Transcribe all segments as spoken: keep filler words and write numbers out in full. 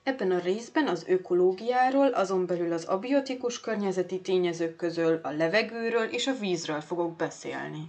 Ebben a részben az ökológiáról, azon belül az abiotikus környezeti tényezők közül a levegőről és a vízről fogok beszélni.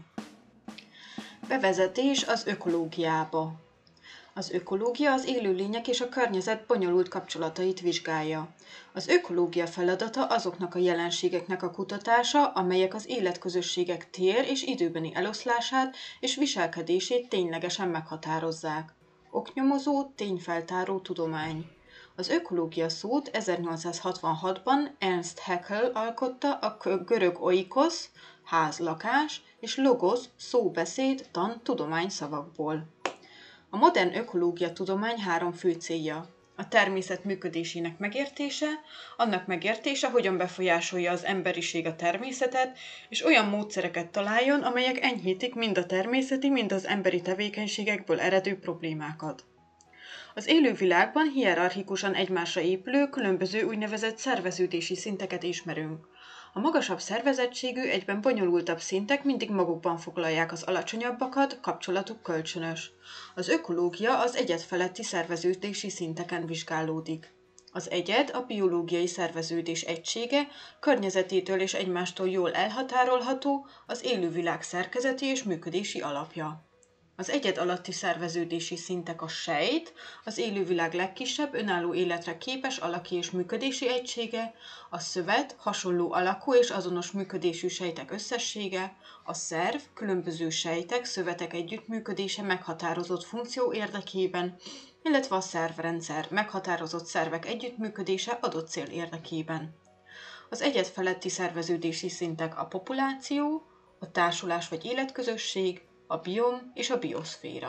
Bevezetés az ökológiába. Az ökológia az élőlények és a környezet bonyolult kapcsolatait vizsgálja. Az ökológia feladata azoknak a jelenségeknek a kutatása, amelyek az életközösségek tér- és időbeni eloszlását és viselkedését ténylegesen meghatározzák. Oknyomozó, tényfeltáró tudomány. Az ökológia szót ezernyolcszázhatvanhatban Ernst Haeckel alkotta a görög oikos, ház, lakás, és logos, szóbeszéd, tan, tudomány szavakból. A modern ökológia tudomány három fő célja. A természet működésének megértése, annak megértése, hogyan befolyásolja az emberiség a természetet, és olyan módszereket találjon, amelyek enyhítik mind a természeti, mind az emberi tevékenységekből eredő problémákat. Az élővilágban hierarchikusan egymásra épülő, különböző úgynevezett szerveződési szinteket ismerünk. A magasabb szervezettségű, egyben bonyolultabb szintek mindig magukban foglalják az alacsonyabbakat, kapcsolatuk kölcsönös. Az ökológia az egyed feletti szerveződési szinteken vizsgálódik. Az egyed a biológiai szerveződés egysége, környezetétől és egymástól jól elhatárolható, az élővilág szerkezeti és működési alapja. Az egyed alatti szerveződési szintek a sejt, az élővilág legkisebb, önálló életre képes alaki és működési egysége, a szövet, hasonló alakú és azonos működésű sejtek összessége, a szerv, különböző sejtek, szövetek együttműködése meghatározott funkció érdekében, illetve a szervrendszer, meghatározott szervek együttműködése adott cél érdekében. Az egyed feletti szerveződési szintek a populáció, a társulás vagy életközösség, a biom és a bioszféra.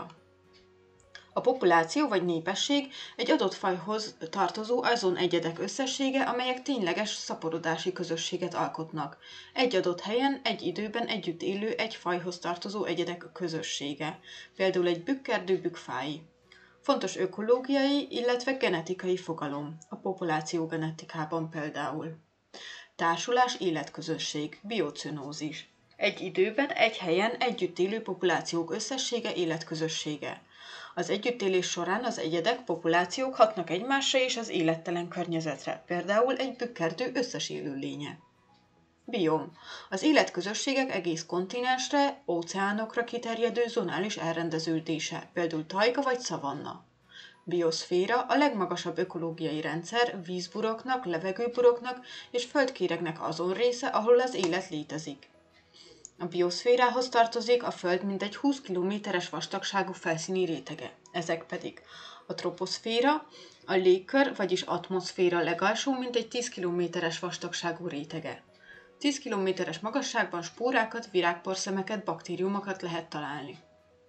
A populáció vagy népesség egy adott fajhoz tartozó azon egyedek összessége, amelyek tényleges szaporodási közösséget alkotnak. Egy adott helyen, egy időben együtt élő egy fajhoz tartozó egyedek közössége, például egy bükkerdő bükkfái. Fontos ökológiai, illetve genetikai fogalom, a populációgenetikában például. Társulás, életközösség, biocenózis. Egy időben, egy helyen együtt élő populációk összessége, életközössége. Az együttélés során az egyedek, populációk hatnak egymásra és az élettelen környezetre, például egy bükkerdő összes élőlénye. Biom. Az életközösségek egész kontinensre, óceánokra kiterjedő zonális elrendeződése, például tajga vagy szavanna. Bioszféra a legmagasabb ökológiai rendszer, vízburoknak, levegőburoknak és földkéregnek azon része, ahol az élet létezik. A bioszférához tartozik a Föld mintegy húsz kilométeres vastagságú felszíni rétege. Ezek pedig a troposzféra, a légkör, vagyis atmoszféra legalsó mintegy tíz kilométeres vastagságú rétege. tíz kilométeres magasságban spórákat, virágporszemeket, baktériumokat lehet találni.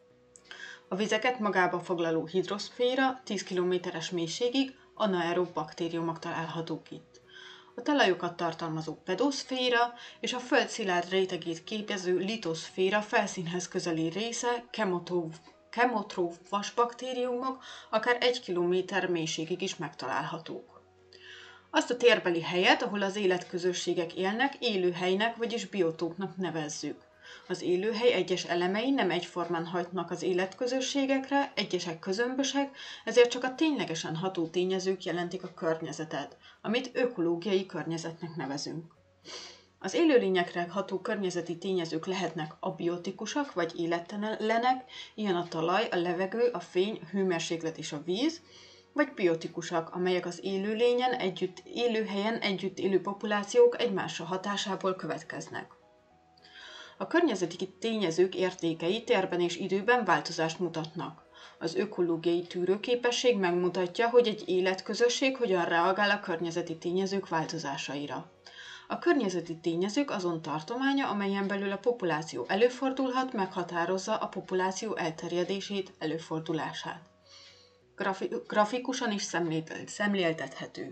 A vizeket magába foglaló hidroszféra tíz kilométeres mélységig anaerob baktériumok találhatók itt. A talajokat tartalmazó pedoszféra és a föld szilárd rétegét képező litoszféra felszínhez közeli része, kemotróf vasbaktériumok akár egy kilométer mélységig is megtalálhatók. Azt a térbeli helyet, ahol az életközösségek élnek, élőhelynek, vagyis biotópnak nevezzük. Az élőhely egyes elemei nem egyformán hatnak az életközösségekre, egyesek közömbösek, ezért csak a ténylegesen ható tényezők jelentik a környezetet, amit ökológiai környezetnek nevezünk. Az élőlényekre ható környezeti tényezők lehetnek abiotikusak vagy élettelenek, ilyen a talaj, a levegő, a fény, a hőmérséklet és a víz, vagy biotikusak, amelyek az élőlényen együtt, élőhelyen együtt élő populációk egymásra hatásából következnek. A környezeti tényezők értékei térben és időben változást mutatnak. Az ökológiai tűrőképesség megmutatja, hogy egy életközösség hogyan reagál a környezeti tényezők változásaira. A környezeti tényezők azon tartománya, amelyen belül a populáció előfordulhat, meghatározza a populáció elterjedését, előfordulását. Grafi- grafikusan is szemléltethető.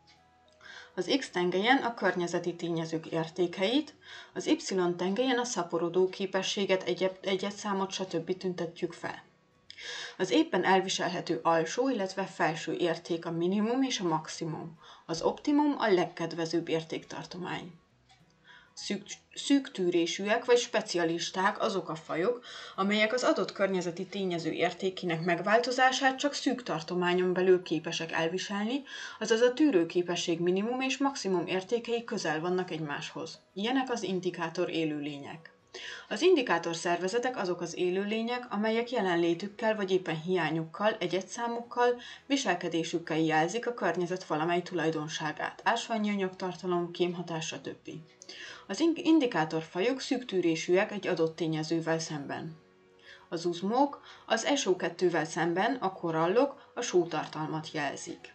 Az X-tengelyen a környezeti tényezők értékeit, az Y-tengelyen a szaporodó képességet, egyedszámot, stb. Tüntetjük fel. Az éppen elviselhető alsó, illetve felső érték a minimum és a maximum. Az optimum a legkedvezőbb értéktartomány. Szűk, szűktűrésűek vagy specialisták azok a fajok, amelyek az adott környezeti tényező értékének megváltozását csak szűk tartományon belül képesek elviselni, azaz a tűrőképesség minimum és maximum értékei közel vannak egymáshoz. Ilyenek az indikátor élőlények. Az indikátor szervezetek azok az élőlények, amelyek jelenlétükkel vagy éppen hiányukkal, egyedszámukkal, viselkedésükkel jelzik a környezet valamely tulajdonságát, ásványi anyagtartalom, kémhatás, stb. Az indikátorfajok szűktűrésűek egy adott tényezővel szemben. Az uzmók az es o kettővel szemben, a korallok a sótartalmat jelzik.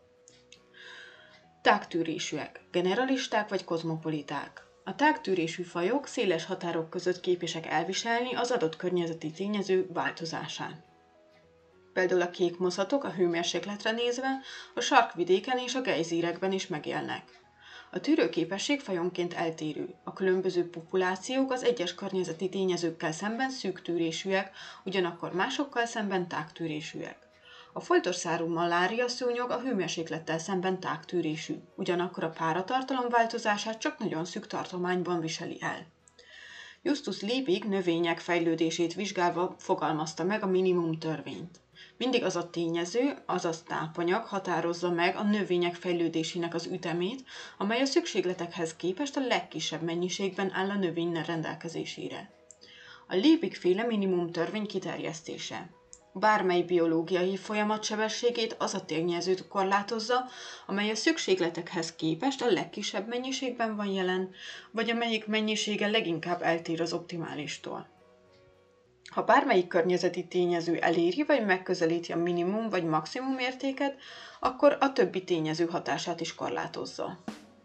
Tágtűrésűek, generalisták vagy kozmopoliták. A tágtűrésű fajok széles határok között képesek elviselni az adott környezeti tényező változását. Például a kékmozhatok a hőmérsékletre nézve a sarkvidéken és a gejzírekben is megélnek. A tűrőképesség fajonként eltérő. A különböző populációk az egyes környezeti tényezőkkel szemben szűktűrésűek, ugyanakkor másokkal szemben tágtűrésűek. A foltorszárú malária szúnyog a hőmérséklettel szemben tágtűrésű, ugyanakkor a páratartalom változását csak nagyon szűk tartományban viseli el. Justus Liebig növények fejlődését vizsgálva fogalmazta meg a minimum törvényt. Mindig az a tényező, azaz tápanyag határozza meg a növények fejlődésének az ütemét, amely a szükségletekhez képest a legkisebb mennyiségben áll a növény rendelkezésére. A Liebig-féle minimum törvény kiterjesztése. Bármely biológiai folyamat sebességét az a tényezőt korlátozza, amely a szükségletekhez képest a legkisebb mennyiségben van jelen, vagy amelyik mennyisége leginkább eltér az optimálistól. Ha bármelyik környezeti tényező eléri vagy megközelíti a minimum vagy maximum értéket, akkor a többi tényező hatását is korlátozza.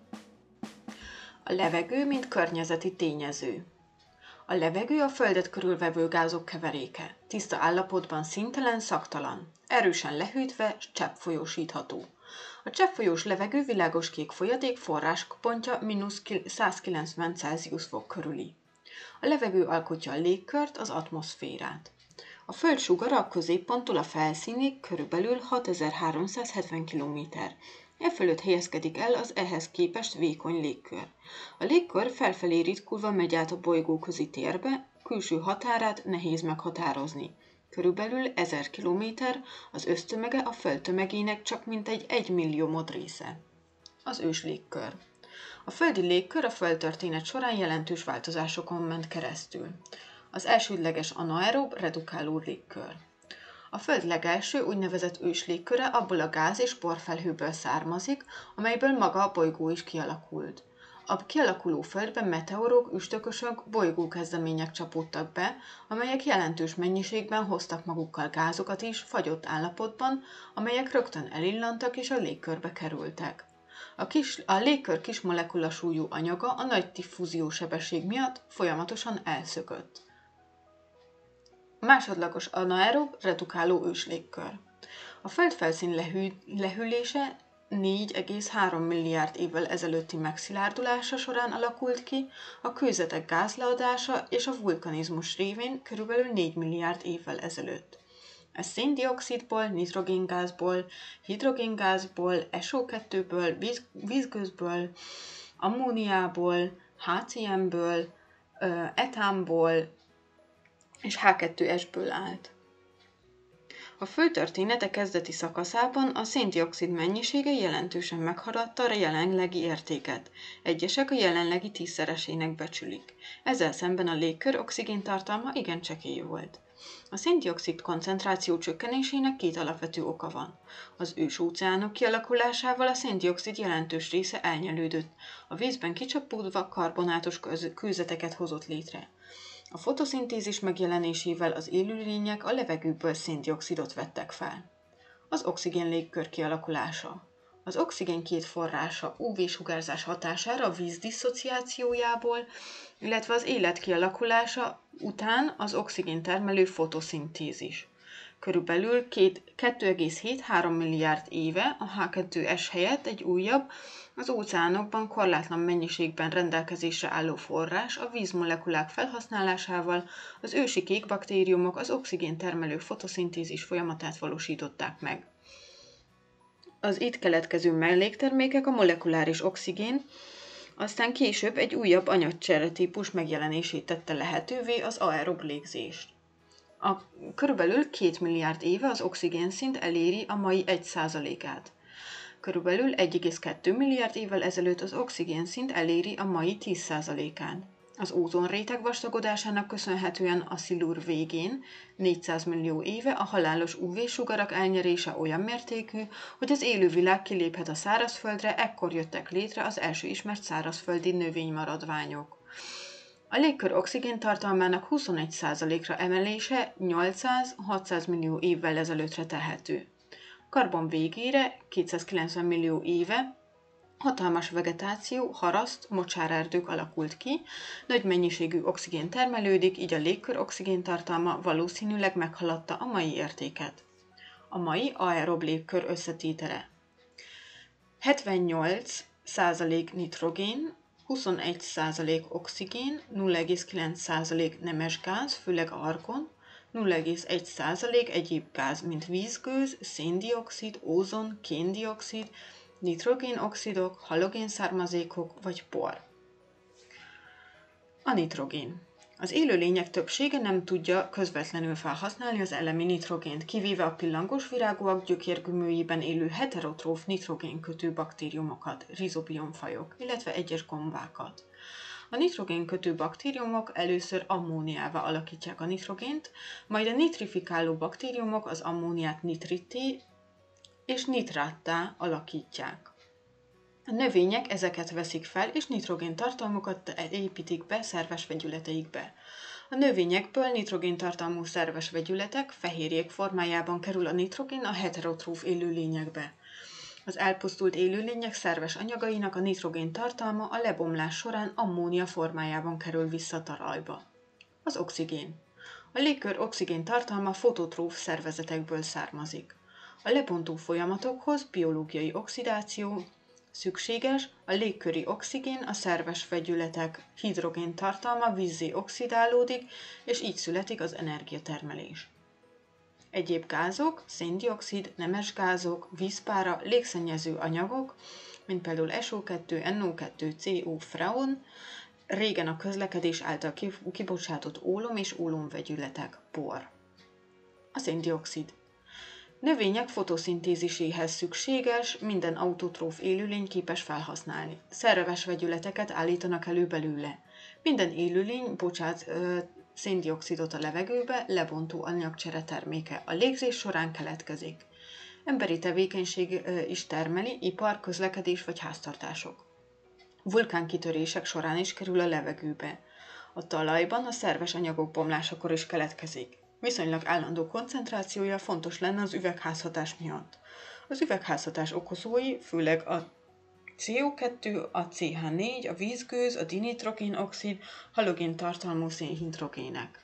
A levegő, mint környezeti tényező. A levegő a Földet körülvevő gázok keveréke, tiszta állapotban színtelen, szagtalan, erősen lehűtve, cseppfolyósítható. A cseppfolyós levegő világos kék folyadék forráspontja mínusz száz kilencven Celsius fok körüli. A levegő alkotja a légkört, az atmoszférát. A Föld sugara a középponttól a felszínig körülbelül hatezer-háromszázhetven kilométer. E fölött helyezkedik el az ehhez képest vékony légkör. A légkör felfelé ritkulva megy át a bolygóközi térbe, külső határát nehéz meghatározni. Körülbelül ezer kilométer, az össztömege a Föld tömegének csak mintegy egy millió modrésze. Az ős légkör. A földi légkör a földtörténet során jelentős változásokon ment keresztül. Az elsődleges anaerob, redukáló légkör. A Föld legelső úgynevezett ős légköre abból a gáz- és porfelhőből származik, amelyből maga a bolygó is kialakult. A kialakuló Földben meteorok, üstökösök, bolygókezdemények csapódtak be, amelyek jelentős mennyiségben hoztak magukkal gázokat is, fagyott állapotban, amelyek rögtön elillantak és a légkörbe kerültek. A, kis, a légkör kis molekulasúlyú anyaga a nagy diffúziós sebesség miatt folyamatosan elszökött. Másodlagos anaerob, redukáló őslégkör. A földfelszín lehű, lehűlése négy egész három milliárd évvel ezelőtti megszilárdulása során alakult ki, a kőzetek gázleadása és a vulkanizmus révén körülbelül négy milliárd évvel ezelőtt. Ez széndioxidból, nitrogéngázból, hidrogéngázból, es o kettőből, víz, vízgőzből, ammóniából, há cé em-ből, etánból és há kettő es-ből állt. A földtörténete kezdeti szakaszában a széndioxid mennyisége jelentősen meghaladta a jelenlegi értéket. Egyesek a jelenlegi tízszeresének becsülik. Ezzel szemben a légkör oxigéntartalma igen csekély volt. A széndioxid koncentráció csökkenésének két alapvető oka van. Az ősóceánok kialakulásával a széndioxid jelentős része elnyelődött, a vízben kicsapódva karbonátos kőzeteket hozott létre. A fotoszintézis megjelenésével az élőlények a levegőből széndioxidot vettek fel. Az oxigén légkör kialakulása. Az oxigén két forrása ú vé-sugárzás hatására a víz disszociációjából, illetve az élet kialakulása után az oxigén termelő fotoszintézis. Körülbelül kettő egész hét-három milliárd éve a há kettő es helyett egy újabb, az óceánokban korlátlan mennyiségben rendelkezésre álló forrás a vízmolekulák felhasználásával az ősi kék baktériumok az oxigén termelő fotoszintézis folyamatát valósították meg. Az itt keletkező melléktermékek a molekuláris oxigén, Aztán később egy újabb anyagcsere típus megjelenését tette lehetővé, az aerob légzést. A körülbelül két milliárd éve az oxigénszint eléri a mai egy százalékát. Körülbelül egy egész kettő milliárd évvel ezelőtt az oxigénszint eléri a mai tíz százalékán. Az ózonréteg vastagodásának köszönhetően a szilur végén, négyszáz millió éve a halálos ú vé-sugarak elnyerése olyan mértékű, hogy az élővilág kiléphet a szárazföldre, ekkor jöttek létre az első ismert szárazföldi növénymaradványok. A légkör oxigéntartalmának huszonegy százalékra emelése nyolcszáz-hatszáz millió évvel ezelőttre tehető. Karbon végére, kétszázkilencven millió éve, hatalmas vegetáció, haraszt, mocsárerdők alakult ki, nagy mennyiségű oxigén termelődik, így a légkör oxigéntartalma valószínűleg meghaladta a mai értéket. A mai aerob légkör összetétele: hetvennyolc százalék nitrogén, huszonegy százalék oxigén, nulla egész kilenc százalék nemesgáz, főleg argon, nulla egész egy százalék egyéb gáz, mint vízgőz, széndioxid, ózon, kéndioxid, nitrogénoxidok, halogénszármazékok vagy por. A nitrogén. Az élőlények többsége nem tudja közvetlenül felhasználni az elemi nitrogént, kivéve a pillangósvirágúak gyökérgömőjében élő heterotróf nitrogénkötő baktériumokat, rizobiomfajok, illetve egyes gombákat. A nitrogénkötő baktériumok először ammóniává alakítják a nitrogént, majd a nitrifikáló baktériumok az ammóniát nitritté és nitráttá alakítják. A növények ezeket veszik fel, és nitrogéntartalmukat építik be szerves vegyületeikbe. A növényekből nitrogéntartalmú szerves vegyületek fehérjék formájában kerül a nitrogén a heterotróf élőlényekbe. Az elpusztult élőlények szerves anyagainak a nitrogén tartalma a lebomlás során ammónia formájában kerül vissza a talajba. Az oxigén. A légkör oxigén tartalma fototróf szervezetekből származik. A lebontó folyamatokhoz biológiai oxidáció szükséges, a légköri oxigén a szerves vegyületek hidrogén tartalma vízzé oxidálódik, és így születik az energiatermelés. Egyéb gázok, széndioxid, nemesgázok, vízpára, légszennyező anyagok, mint például es o kettő, en o kettő, cé o, freon, régen a közlekedés által kibocsátott ólom és ólomvegyületek, por. A széndioxid. Növények fotoszintéziséhez szükséges, minden autotróf élőlény képes felhasználni. Szerves vegyületeket állítanak elő belőle. Minden élőlény bocsát ö, széndioxidot a levegőbe, lebontó anyagcsere terméke. A légzés során keletkezik. Emberi tevékenység ö, is termeli, ipar, közlekedés vagy háztartások. Vulkánkitörések során is kerül a levegőbe. A talajban a szerves anyagok bomlásakor is keletkezik. Viszonylag állandó koncentrációja fontos lenne az üvegházhatás miatt. Az üvegházhatás okozói főleg a cé o kettő, a cé há négy, a vízgőz, a dinitrogénoxid, halogén tartalmú szénhidrogének.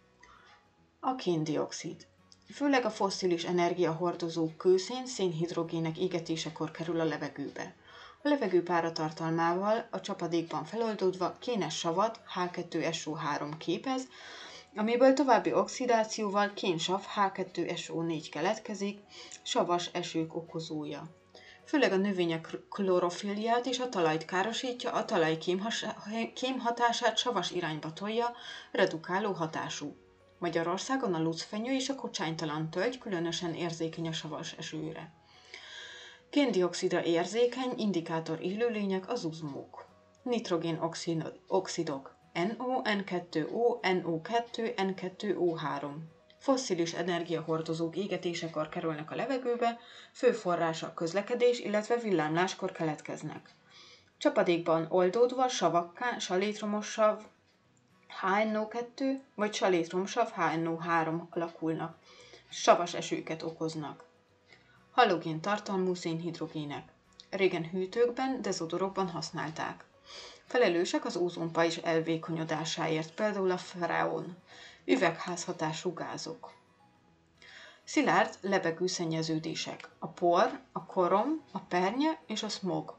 A kén-dioxid. Főleg a fosszilis energiahordozó kőszén szénhidrogének égetésekor kerül a levegőbe. A levegő páratartalmával a csapadékban feloldódva kénes savat, há kettő es o három képez, amiből további oxidációval kénsav, há kettő es o négy keletkezik, savas esők okozója. Főleg a növények klorofillját és a talajt károsítja, a talaj kémhatását savas irányba tolja, redukáló hatású. Magyarországon a lucfenyő és a kocsánytalan tölgy különösen érzékeny a savas esőre. Kén-dioxidra érzékeny indikátor élőlények az uzmók. Nitrogén-oxidok. en o, en kettő o, en o kettő, en kettő o három. Fosszilis energiahordozók égetésekor kerülnek a levegőbe, fő forrása a közlekedés, illetve villámláskor keletkeznek. Csapadékban oldódva savakká salétromos sav há en o kettő vagy salétromsav há en o három alakulnak. Savas esőket okoznak. Halogén tartalmú szénhidrogének. Régen hűtőkben, dezodorokban használták. Felelősek az ózonpajzs elvékonyodásáért, például a freon, üvegházhatású gázok. Szilárd lebegő szennyeződések, a por, a korom, a pernye és a smog.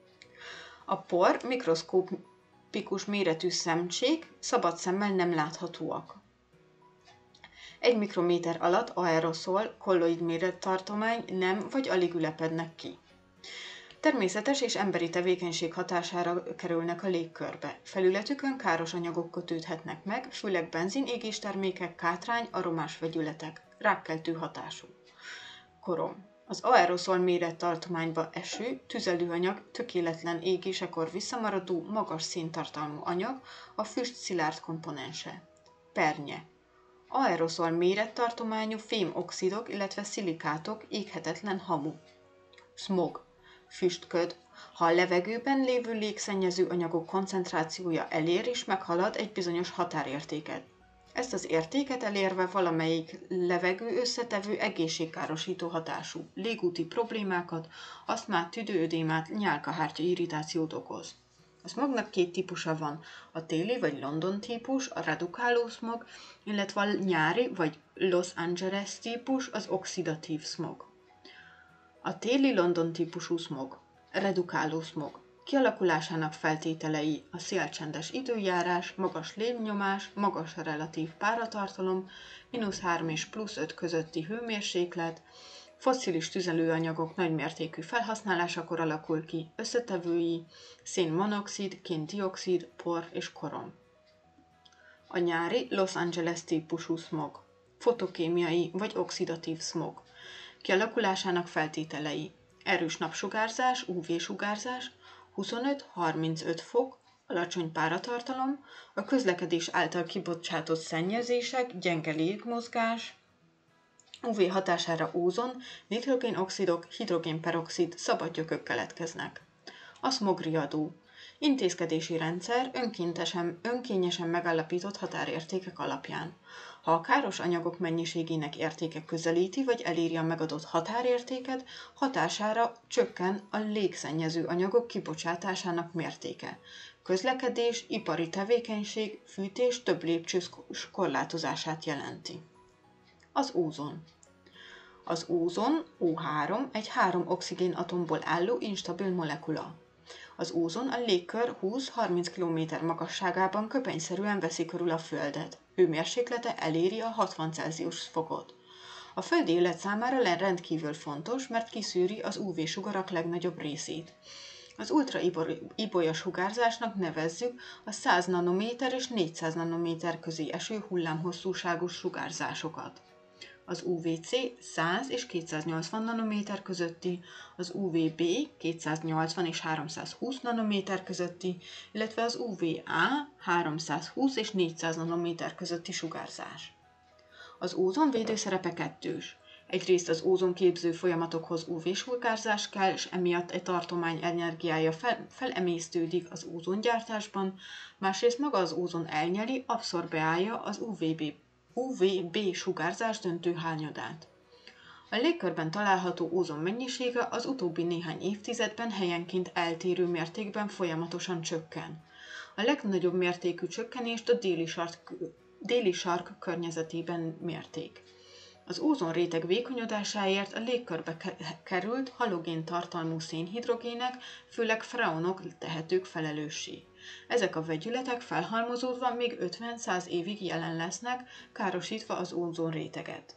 A por mikroszkópikus méretű szemcsék, szabad szemmel nem láthatóak. Egy mikrométer alatt aeroszol, kolloid mérettartomány nem vagy alig ülepednek ki. Természetes és emberi tevékenység hatására kerülnek a légkörbe. Felületükön káros anyagok kötődhetnek meg, főleg benzin, égéstermékek, kátrány, aromás vegyületek, rákkeltő hatású. Korom. Az aeroszol mérettartományba eső, tüzelőanyag tökéletlen égésekor visszamaradó, magas széntartalmú anyag, a füst szilárd komponense. Pernye. Aeroszol mérettartományú fémoxidok, illetve szilikátok, éghetetlen hamu. Smog. Füstköd. Ha a levegőben lévő légszennyező anyagok koncentrációja elér és meghalad egy bizonyos határértéket. Ezt az értéket elérve valamelyik levegő összetevő egészségkárosító hatású, légúti problémákat, asztmát, tüdőödémát, nyálkahártya irritációt okoz. A smognak két típusa van, a téli vagy London típus, a redukáló smog, illetve a nyári vagy Los Angeles típus, az oxidatív smog. A téli London típusú smog, redukáló smog. Kialakulásának feltételei a szélcsendes időjárás, magas légnyomás, magas relatív páratartalom, mínusz három és plusz öt közötti hőmérséklet, fosszilis tüzelőanyagok nagymértékű felhasználásakor alakul ki, összetevői, szénmonoxid, kén-dioxid, por és korom. A nyári Los Angeles típusú smog, fotokémiai vagy oxidatív smog. Kialakulásának feltételei: erős napsugárzás, ú vé-sugárzás, huszonöt-harmincöt fok, alacsony páratartalom, a közlekedés által kibocsátott szennyezések, gyenge légmozgás, ú vé hatására ózon, nitrogénoxidok, hidrogénperoxid, szabadgyökök keletkeznek. A smogriadó. Intézkedési rendszer önkéntesen, önkényesen megállapított határértékek alapján. Ha a káros anyagok mennyiségének értéke közelíti vagy eléri a megadott határértéket, hatására csökken a légszennyező anyagok kibocsátásának mértéke. Közlekedés, ipari tevékenység, fűtés több lépcsős korlátozását jelenti. Az ózon. Az ózon, ó három, egy három oxigén atomból álló instabil molekula. Az ózon a légkör húsz-harminc kilométer magasságában köpenyszerűen veszi körül a Földet. Hőmérséklete eléri a hatvan Celsius fokot. A földi élet számára rendkívül fontos, mert kiszűri az ú vé-sugarak legnagyobb részét. Az ultraibolya sugárzásnak nevezzük a száz nanométer és négyszáz nanométer közé eső hullámhosszúságú sugárzásokat. Az ú vé cé száz és kétszáznyolcvan nanométer közötti, az ú vé bé kétszáznyolcvan és háromszázhúsz nanométer közötti, illetve az ú vé á háromszázhúsz és négyszáz nanométer közötti sugárzás. Az ózon védőszerepe kettős. Egyrészt az ózonképző folyamatokhoz ú vé-sugárzás kell, és emiatt egy tartomány energiája fel, felemésztődik az ózongyártásban, másrészt maga az ózon elnyeli, abszorbálja az ú vé bé ú vé bé-sugárzás döntő hányadát. A légkörben található ózon mennyisége az utóbbi néhány évtizedben helyenként eltérő mértékben folyamatosan csökken. A legnagyobb mértékű csökkenést a déli sark, déli sark környezetében mérték. Az ózonréteg vékonyodásáért a légkörbe került halogén tartalmú szénhidrogének, főleg freonok tehetők felelőssé. Ezek a vegyületek felhalmozódva még ötven-száz évig jelen lesznek, károsítva az ózonréteget.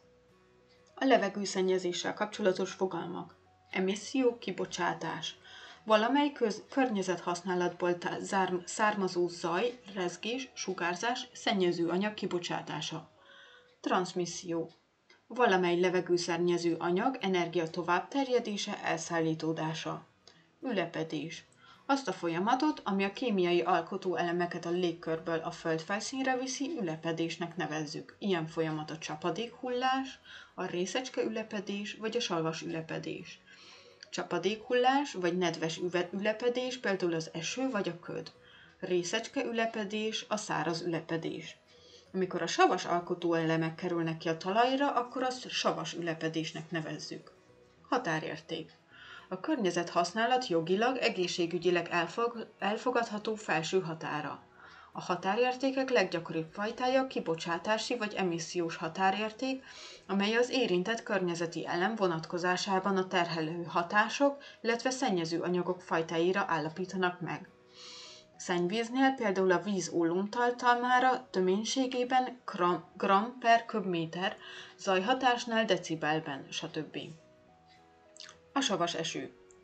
A levegőszennyezéssel kapcsolatos fogalmak: emisszió, kibocsátás, valamely köz- környezethasználatból zár- származó zaj, rezgés, sugárzás, szennyező anyag kibocsátása. Transmisszió, valamely levegőszennyező anyag energia továbbterjedése, elszállítódása. Ülepedés, azt a folyamatot, ami a kémiai alkotóelemeket a légkörből a föld felszínre viszi, ülepedésnek nevezzük. Ilyen folyamat a csapadékhullás, a részecske ülepedés vagy a salvas ülepedés. Csapadékhullás vagy nedves ülepedés, például az eső vagy a köd. Részecske ülepedés, a száraz ülepedés. Amikor a savas alkotóelemek kerülnek ki a talajra, akkor azt savas ülepedésnek nevezzük. Határérték. A környezet használat jogilag, egészségügyileg elfog, elfogadható felső határa. A határértékek leggyakoribb fajtája kibocsátási vagy emissziós határérték, amely az érintett környezeti elem vonatkozásában a terhelő hatások, illetve szennyező anyagok fajtáira állapítanak meg. Szennyvíznél például a víz ólomtartalmára töménységében gram, gram per köbméter, zajhatásnál decibelben, stb. A savas eső.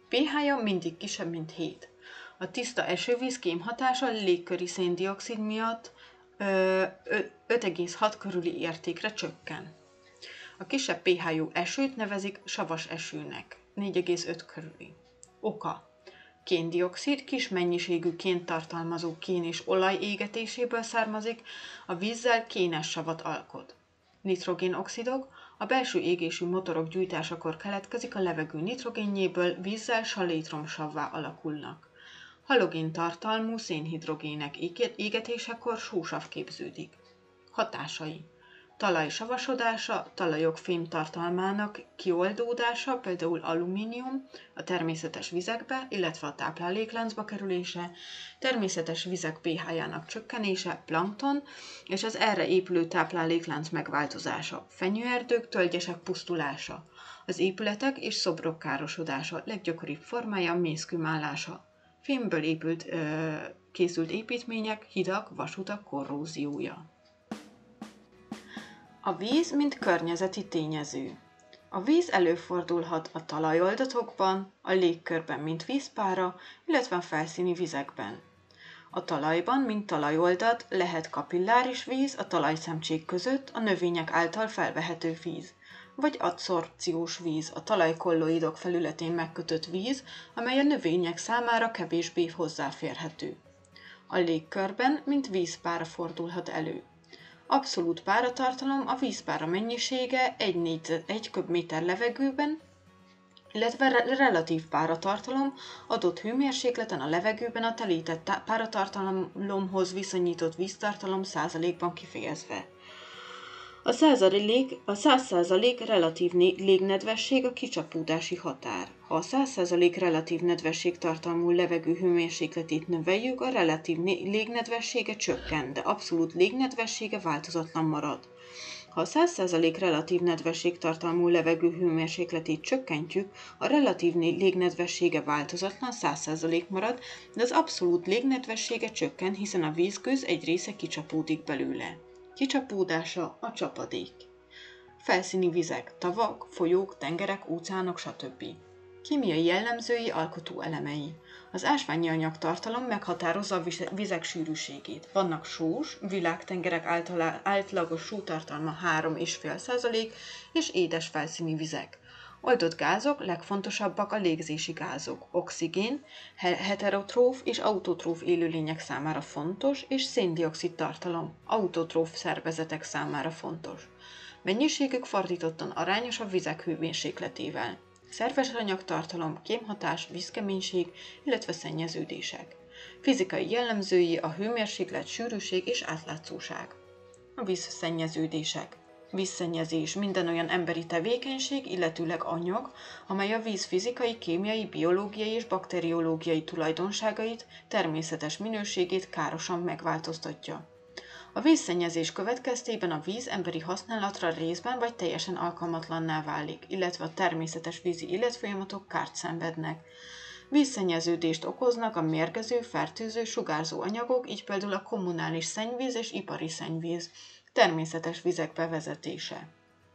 pé há-ja mindig kisebb, mint hét. A tiszta esővíz kémhatása légköri széndioxid miatt öt egész hat körüli értékre csökken. A kisebb pé há-jú esőt nevezik savas esőnek, négy egész öt körüli. Oka: kén-dioxid kis mennyiségű ként tartalmazó kén és olaj égetéséből származik, a vízzel kénes savat alkot. Nitrogén-oxidok: a belső égésű motorok gyújtásakor keletkezik a levegő nitrogénjéből, vízzel salétromsavvá alakulnak. Halogén tartalmú szénhidrogének égetésekor sósav képződik. Hatásai: talaj savasodása, talajok fémtartalmának kioldódása, például alumínium a természetes vizekbe, illetve a táplálékláncba kerülése, természetes vizek pé há-jának csökkenése, plankton és az erre épülő tápláléklánc megváltozása, fenyőerdők, tölgyesek pusztulása, az épületek és szobrok károsodása, leggyakoribb formája mészkőm állása, fémből épült, ö, készült építmények, hidak, vasutak korróziója. A víz, mint környezeti tényező. A víz előfordulhat a talajoldatokban, a légkörben, mint vízpára, illetve a felszíni vizekben. A talajban, mint talajoldat, lehet kapilláris víz a talajszemcsék között, a növények által felvehető víz, vagy adszorpciós víz, a talajkolloidok felületén megkötött víz, amely a növények számára kevésbé hozzáférhető. A légkörben, mint vízpára fordulhat elő. Abszolút páratartalom a vízpára mennyisége egy köbméter levegőben, illetve relatív páratartalom adott hőmérsékleten a levegőben a telített páratartalomhoz viszonyított víztartalom százalékban kifejezve. A, százalék, a száz százalék relatív légnedvesség a kicsapódási határ. Ha a száz százalék relatív nedvesség tartalmú levegő hőmérsékletét növeljük, a relatív légnedvessége csökken, de abszolút légnedvessége változatlan marad. Ha a száz százalék relatív nedvesség tartalmú levegő hőmérsékletét csökkentjük, a relatív légnedvessége változatlan száz százalék marad, de az abszolút légnedvessége csökken, hiszen a vízgőz egy része kicsapódik belőle. Kicsapódása a csapadék. Felszíni vizek, tavak, folyók, tengerek, óceánok, stb. Kémiai jellemzői, alkotó elemei. Az ásványi anyagtartalom meghatározza a vizek sűrűségét. Vannak sós, világtengerek átlagos sótartalma három egész öt százalék és édes felszíni vizek. Oldott gázok, legfontosabbak a légzési gázok. Oxigén, heterotróf és autotróf élőlények számára fontos, és széndioxid tartalom, autotróf szervezetek számára fontos. Mennyiségük fordítottan arányos a vizek hőmérsékletével. Szerves anyagtartalom, kémhatás, vízkeménység, illetve szennyeződések. Fizikai jellemzői a hőmérséklet, sűrűség és átlátszóság. A vízszennyeződések. Vízszennyezés minden olyan emberi tevékenység, illetőleg anyag, amely a víz fizikai, kémiai, biológiai és bakteriológiai tulajdonságait, természetes minőségét károsan megváltoztatja. A vízszennyezés következtében a víz emberi használatra részben vagy teljesen alkalmatlanná válik, illetve a természetes vízi életfolyamatok kárt szenvednek. Vízszennyeződést okoznak a mérgező, fertőző, sugárzó anyagok, így például a kommunális szennyvíz és ipari szennyvíz, természetes vizek bevezetése.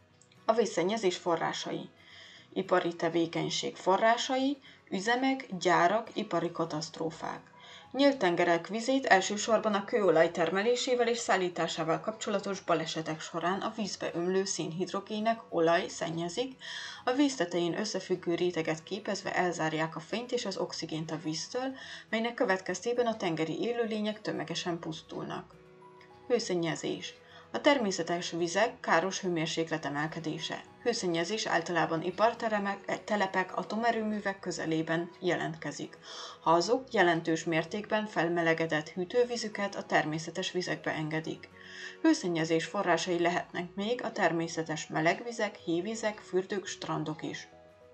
A vízszennyezés forrásai. Ipari tevékenység forrásai, üzemek, gyárak, ipari katasztrófák. Nyílt tengerek vizét elsősorban a kőolaj termelésével és szállításával kapcsolatos balesetek során a vízbe ömlő szénhidrogének, olaj szennyezik, a víz tetején összefüggő réteget képezve elzárják a fényt és az oxigént a víztől, melynek következtében a tengeri élőlények tömegesen pusztulnak. Hőszennyezés. A természetes vizek káros hőmérséklet emelkedése. Hőszennyezés általában ipartelepek, atomerőművek közelében jelentkezik, ha azok jelentős mértékben felmelegedett hűtővízüket a természetes vizekbe engedik. Hőszennyezés forrásai lehetnek még a természetes melegvizek, hévizek, fürdők, strandok is.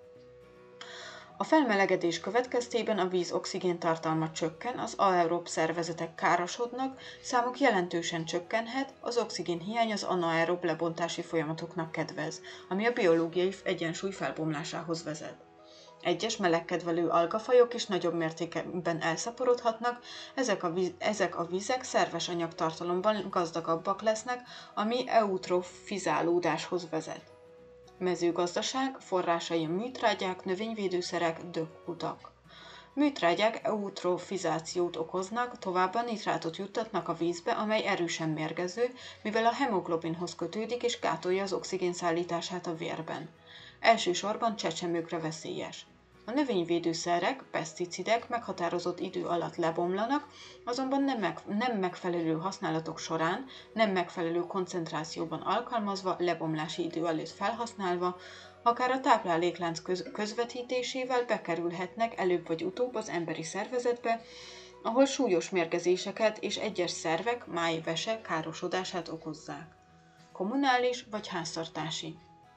A felmelegedés következtében a víz oxigéntartalma csökken, az aerob szervezetek károsodnak, számuk jelentősen csökkenhet, az oxigén hiány az anaerob lebontási folyamatoknak kedvez, ami a biológiai egyensúly felbomlásához vezet. Egyes melegkedvelő algafajok is nagyobb mértékben elszaporodhatnak, ezek a, víz, ezek a vizek szerves anyagtartalomban gazdagabbak lesznek, ami eutrofizálódáshoz vezet. Mezőgazdaság, forrásai a műtrágyák, növényvédőszerek, dögkutak. Műtrágyák eutrofizációt okoznak, továbbá nitrátot juttatnak a vízbe, amely erősen mérgező, mivel a hemoglobinhoz kötődik és gátolja az oxigén szállítását a vérben. Elsősorban csecsemőkre veszélyes. A növényvédőszerek, peszticidek meghatározott idő alatt lebomlanak, azonban nem, meg, nem megfelelő használatok során, nem megfelelő koncentrációban alkalmazva, lebomlási idő előtt felhasználva, akár a tápláléklánc köz- közvetítésével bekerülhetnek előbb vagy utóbb az emberi szervezetbe, ahol súlyos mérgezéseket és egyes szervek májvese károsodását okozzák. Kommunális vagy háztartási.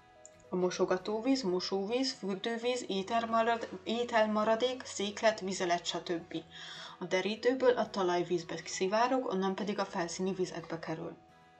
A mosogatóvíz, mosóvíz, fürdővíz, ételmarad, ételmaradék, széklet, vizelet, stb. A derítőből a talajvízbe szivárog, onnan pedig a felszíni vizekbe kerül.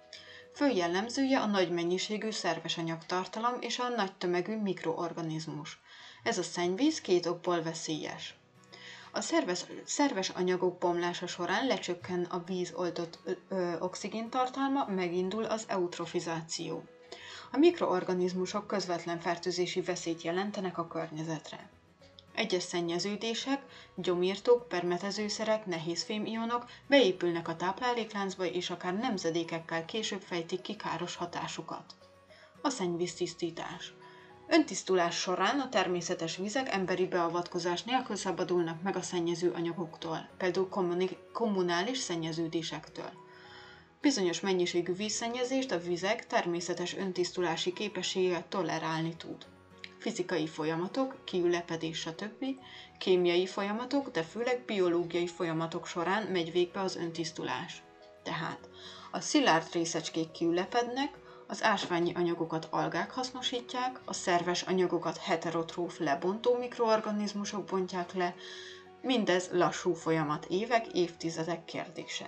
Fő jellemzője a nagy mennyiségű szerves anyagtartalom és a nagy tömegű mikroorganizmus. Ez a szennyvíz két okból veszélyes. A szerves, szerves anyagok bomlása során lecsökken a víz oldott ö, ö, oxigéntartalma, megindul az eutrofizáció. A mikroorganizmusok közvetlen fertőzési veszélyt jelentenek a környezetre. Egyes szennyeződések, gyomírtók, permetezőszerek, nehézfémionok beépülnek a táplálékláncba és akár nemzedékekkel később fejtik ki káros hatásukat. A szennyvíztisztítás. Öntisztulás során a természetes vizek emberi beavatkozás nélkül szabadulnak meg a szennyező anyagoktól, például kommunális szennyeződésektől. Bizonyos mennyiségű vízszennyezést a vizek természetes öntisztulási képessége tolerálni tud. Fizikai folyamatok, kiülepedés, stb., kémiai folyamatok, de főleg biológiai folyamatok során megy végbe az öntisztulás. Tehát a szilárd részecskék kiülepednek, az ásványi anyagokat algák hasznosítják, a szerves anyagokat heterotróf lebontó mikroorganizmusok bontják le, mindez lassú folyamat, évek, évtizedek kérdése.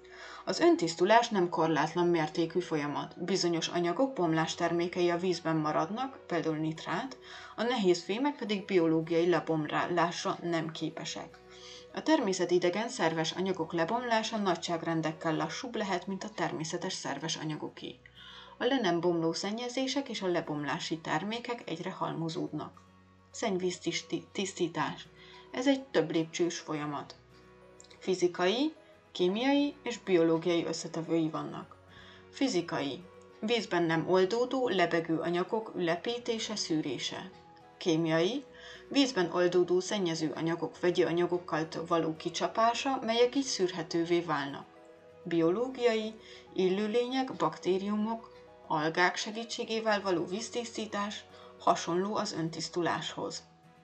Az öntisztulás nem korlátlan mértékű folyamat. Bizonyos anyagok bomlás termékei a vízben maradnak, például nitrát, a nehéz fémek pedig biológiai lebomlásra nem képesek. A természetidegen szerves anyagok lebomlása nagyságrendekkel lassúbb lehet, mint a természetes szerves anyagoké. A le nem bomló szennyezések és a lebomlási termékek egyre halmozódnak. Szennyvíztisztítás. Ez egy több lépcsős folyamat. Fizikai, kémiai és biológiai összetevői vannak. Fizikai. Vízben nem oldódó, lebegő anyagok ülepítése, szűrése. Kémiai. Vízben oldódó szennyező anyagok vegyi anyagokkal való kicsapása, melyek így szűrhetővé válnak. Biológiai. Élőlények, baktériumok, algák segítségével való víztisztítás hasonló az öntisztuláshoz.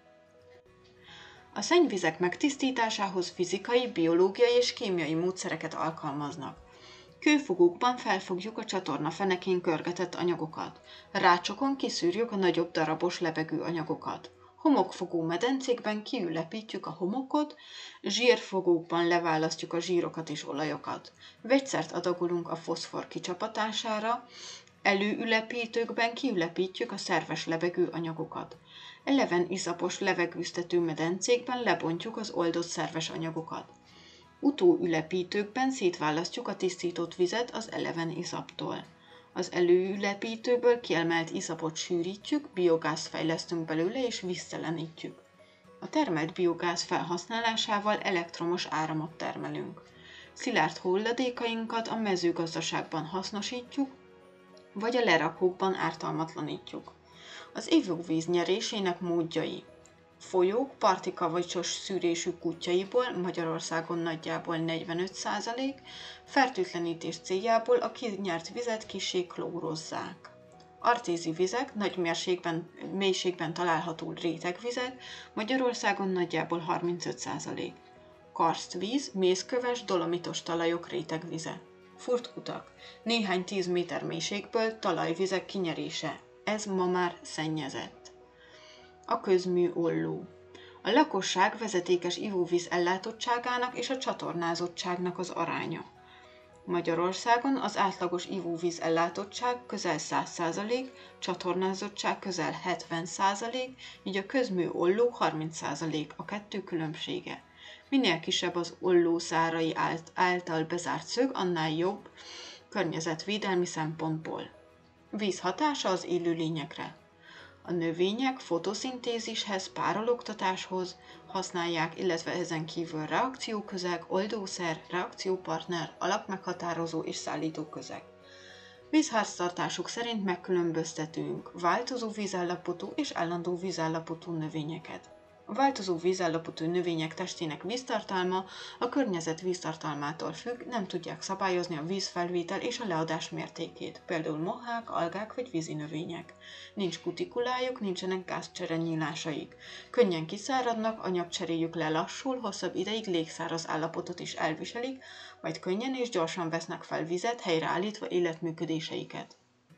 A szennyvizek megtisztításához fizikai, biológiai és kémiai módszereket alkalmaznak. Kőfogókban felfogjuk a csatorna fenekén körgetett anyagokat. Rácsokon kiszűrjük a nagyobb darabos lebegő anyagokat. Homokfogó medencékben kiülepítjük a homokot, zsírfogókban leválasztjuk a zsírokat és olajokat. Vegyszert adagolunk a foszfor kicsapatására, előülepítőkben kiülepítjük a szerves lebegő anyagokat. Eleven iszapos levegőztető medencékben lebontjuk az oldott szerves anyagokat. Utóülepítőkben szétválasztjuk a tisztított vizet az eleven iszaptól. Az előülepítőből kiemelt iszapot sűrítjük, biogázt fejlesztünk belőle és víztelenítjük. A termelt biogáz felhasználásával elektromos áramot termelünk. Szilárd hulladékainkat a mezőgazdaságban hasznosítjuk, vagy a lerakókban ártalmatlanítjuk. Az ivóvíz nyerésének módjai. Folyók partikavacsos szűrésű kutyaiból, Magyarországon nagyjából negyvenöt százalék, fertőtlenítés céljából a kinyert vizet kissé klórozzák. Artézi vizek, nagy mérségben, mélységben található rétegvizek, Magyarországon nagyjából harmincöt százalék. Karstvíz, mészköves, dolomitos talajok rétegvize. Furtkutak, néhány tíz méter mélységből talajvizek kinyerése. Ez ma már szennyezett. A közmű olló. A lakosság vezetékes ivóvíz ellátottságának és a csatornázottságnak az aránya. Magyarországon az átlagos ivóvíz ellátottság közel száz százalék, csatornázottság közel hetven százalék, így a közmű olló harminc százalék, a kettő különbsége. Minél kisebb az olló szárai által bezárt szög, annál jobb környezetvédelmi szempontból. Víz hatása az élőlényekre. A növények fotoszintézishez, párologtatáshoz használják, illetve ezen kívül reakcióközeg, oldószer, reakciópartner, alapmeghatározó és szállítóközeg. Vízháztartásuk szerint megkülönböztetünk változó vízállapotú és állandó vízállapotú növényeket. A változó vízállapotú növények testének víztartalma a környezet víztartalmától függ, nem tudják szabályozni a vízfelvétel és a leadás mértékét, például mohák, algák vagy vízi növények. Nincs kutikulájuk, nincsenek gázcserenyílásaik. Könnyen kiszáradnak, anyagcseréjük lelassul, hosszabb ideig légszáraz állapotot is elviselik, majd könnyen és gyorsan vesznek fel vizet, helyreállítva életműködéseiket.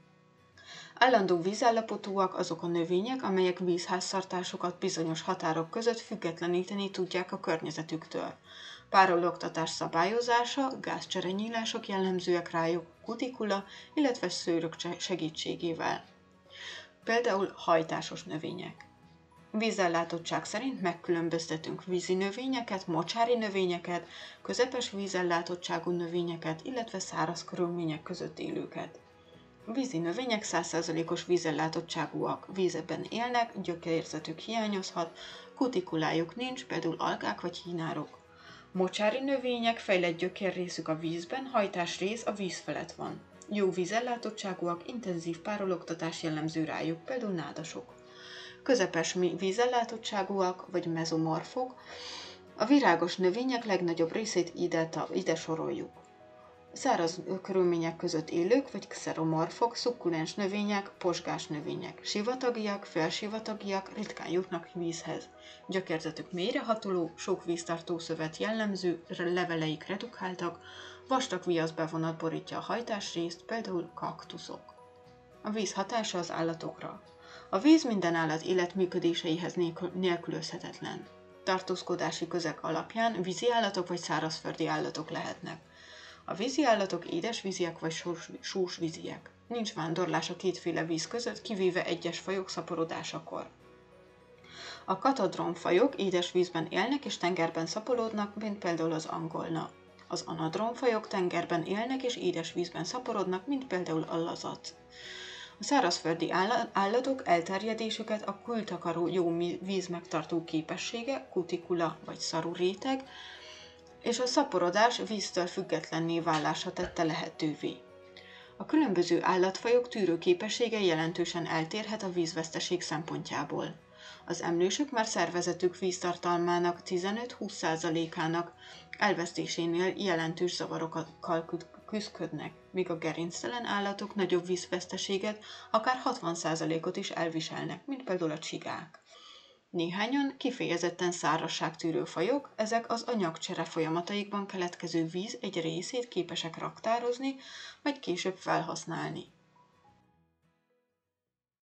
Állandó vízállapotúak azok a növények, amelyek vízháztartásukat bizonyos határok között függetleníteni tudják a környezetüktől. Párologtatás szabályozása, gázcserenyílások jellemzőek rájuk, kutikula, illetve szőrök segítségével. Például hajtásos növények. Vízellátottság szerint megkülönböztetünk vízi növényeket, mocsári növényeket, közepes vízellátottságú növényeket, illetve száraz körülmények között élőket. A vízi növények száz százalékos vízellátottságúak, vízben élnek, gyökérzetük hiányozhat, kutikulájuk nincs, például algák vagy hínárok. Mocsári növények, fejlett gyökérrészük a vízben, hajtásrész a víz felett van. Jó vízellátottságúak, intenzív párologtatás jellemző rájuk, például nádasok. Közepes vízellátottságúak vagy mezomorfok, a virágos növények legnagyobb részét ide, ide soroljuk. Száraz körülmények között élők vagy xeromorfok, szukkulens növények, posgás növények, sivatagiak, félsivatagiak, ritkán jutnak vízhez. Gyökérzetük mélyrehatoló, sok víztartó szövet jellemző, leveleik redukáltak, vastag viaszbevonat borítja a hajtásrészt, például kaktuszok. A víz hatása az állatokra. A víz minden állat életműködéseihez nélkülözhetetlen. Tartózkodási közeg alapján vízi állatok vagy szárazföldi állatok lehetnek. A vízi állatok édesvíziek vagy sósvíziek. Nincs vándorlás a kétféle víz között, kivéve egyes fajok szaporodásakor. A katadronfajok édesvízben élnek és tengerben szaporodnak, mint például az angolna. Az anadronfajok tengerben élnek és édesvízben szaporodnak, mint például a lazac. A szárazföldi állatok elterjedésüket a kültakaró jó vízmegtartó képessége, kutikula vagy szaruréteg, és a szaporodás víztől függetlenné válása tette lehetővé. A különböző állatfajok tűrőképessége jelentősen eltérhet a vízveszteség szempontjából. Az emlősök már szervezetük víztartalmának tizenöt-húsz százalékának elvesztésénél jelentős zavarokkal küszködnek, míg a gerinctelen állatok nagyobb vízveszteséget, akár hatvan százalékot is elviselnek, mint például a csigák. Néhányan kifejezetten szárazságtűrő fajok, ezek az anyagcsere folyamataikban keletkező víz egy részét képesek raktározni, vagy később felhasználni.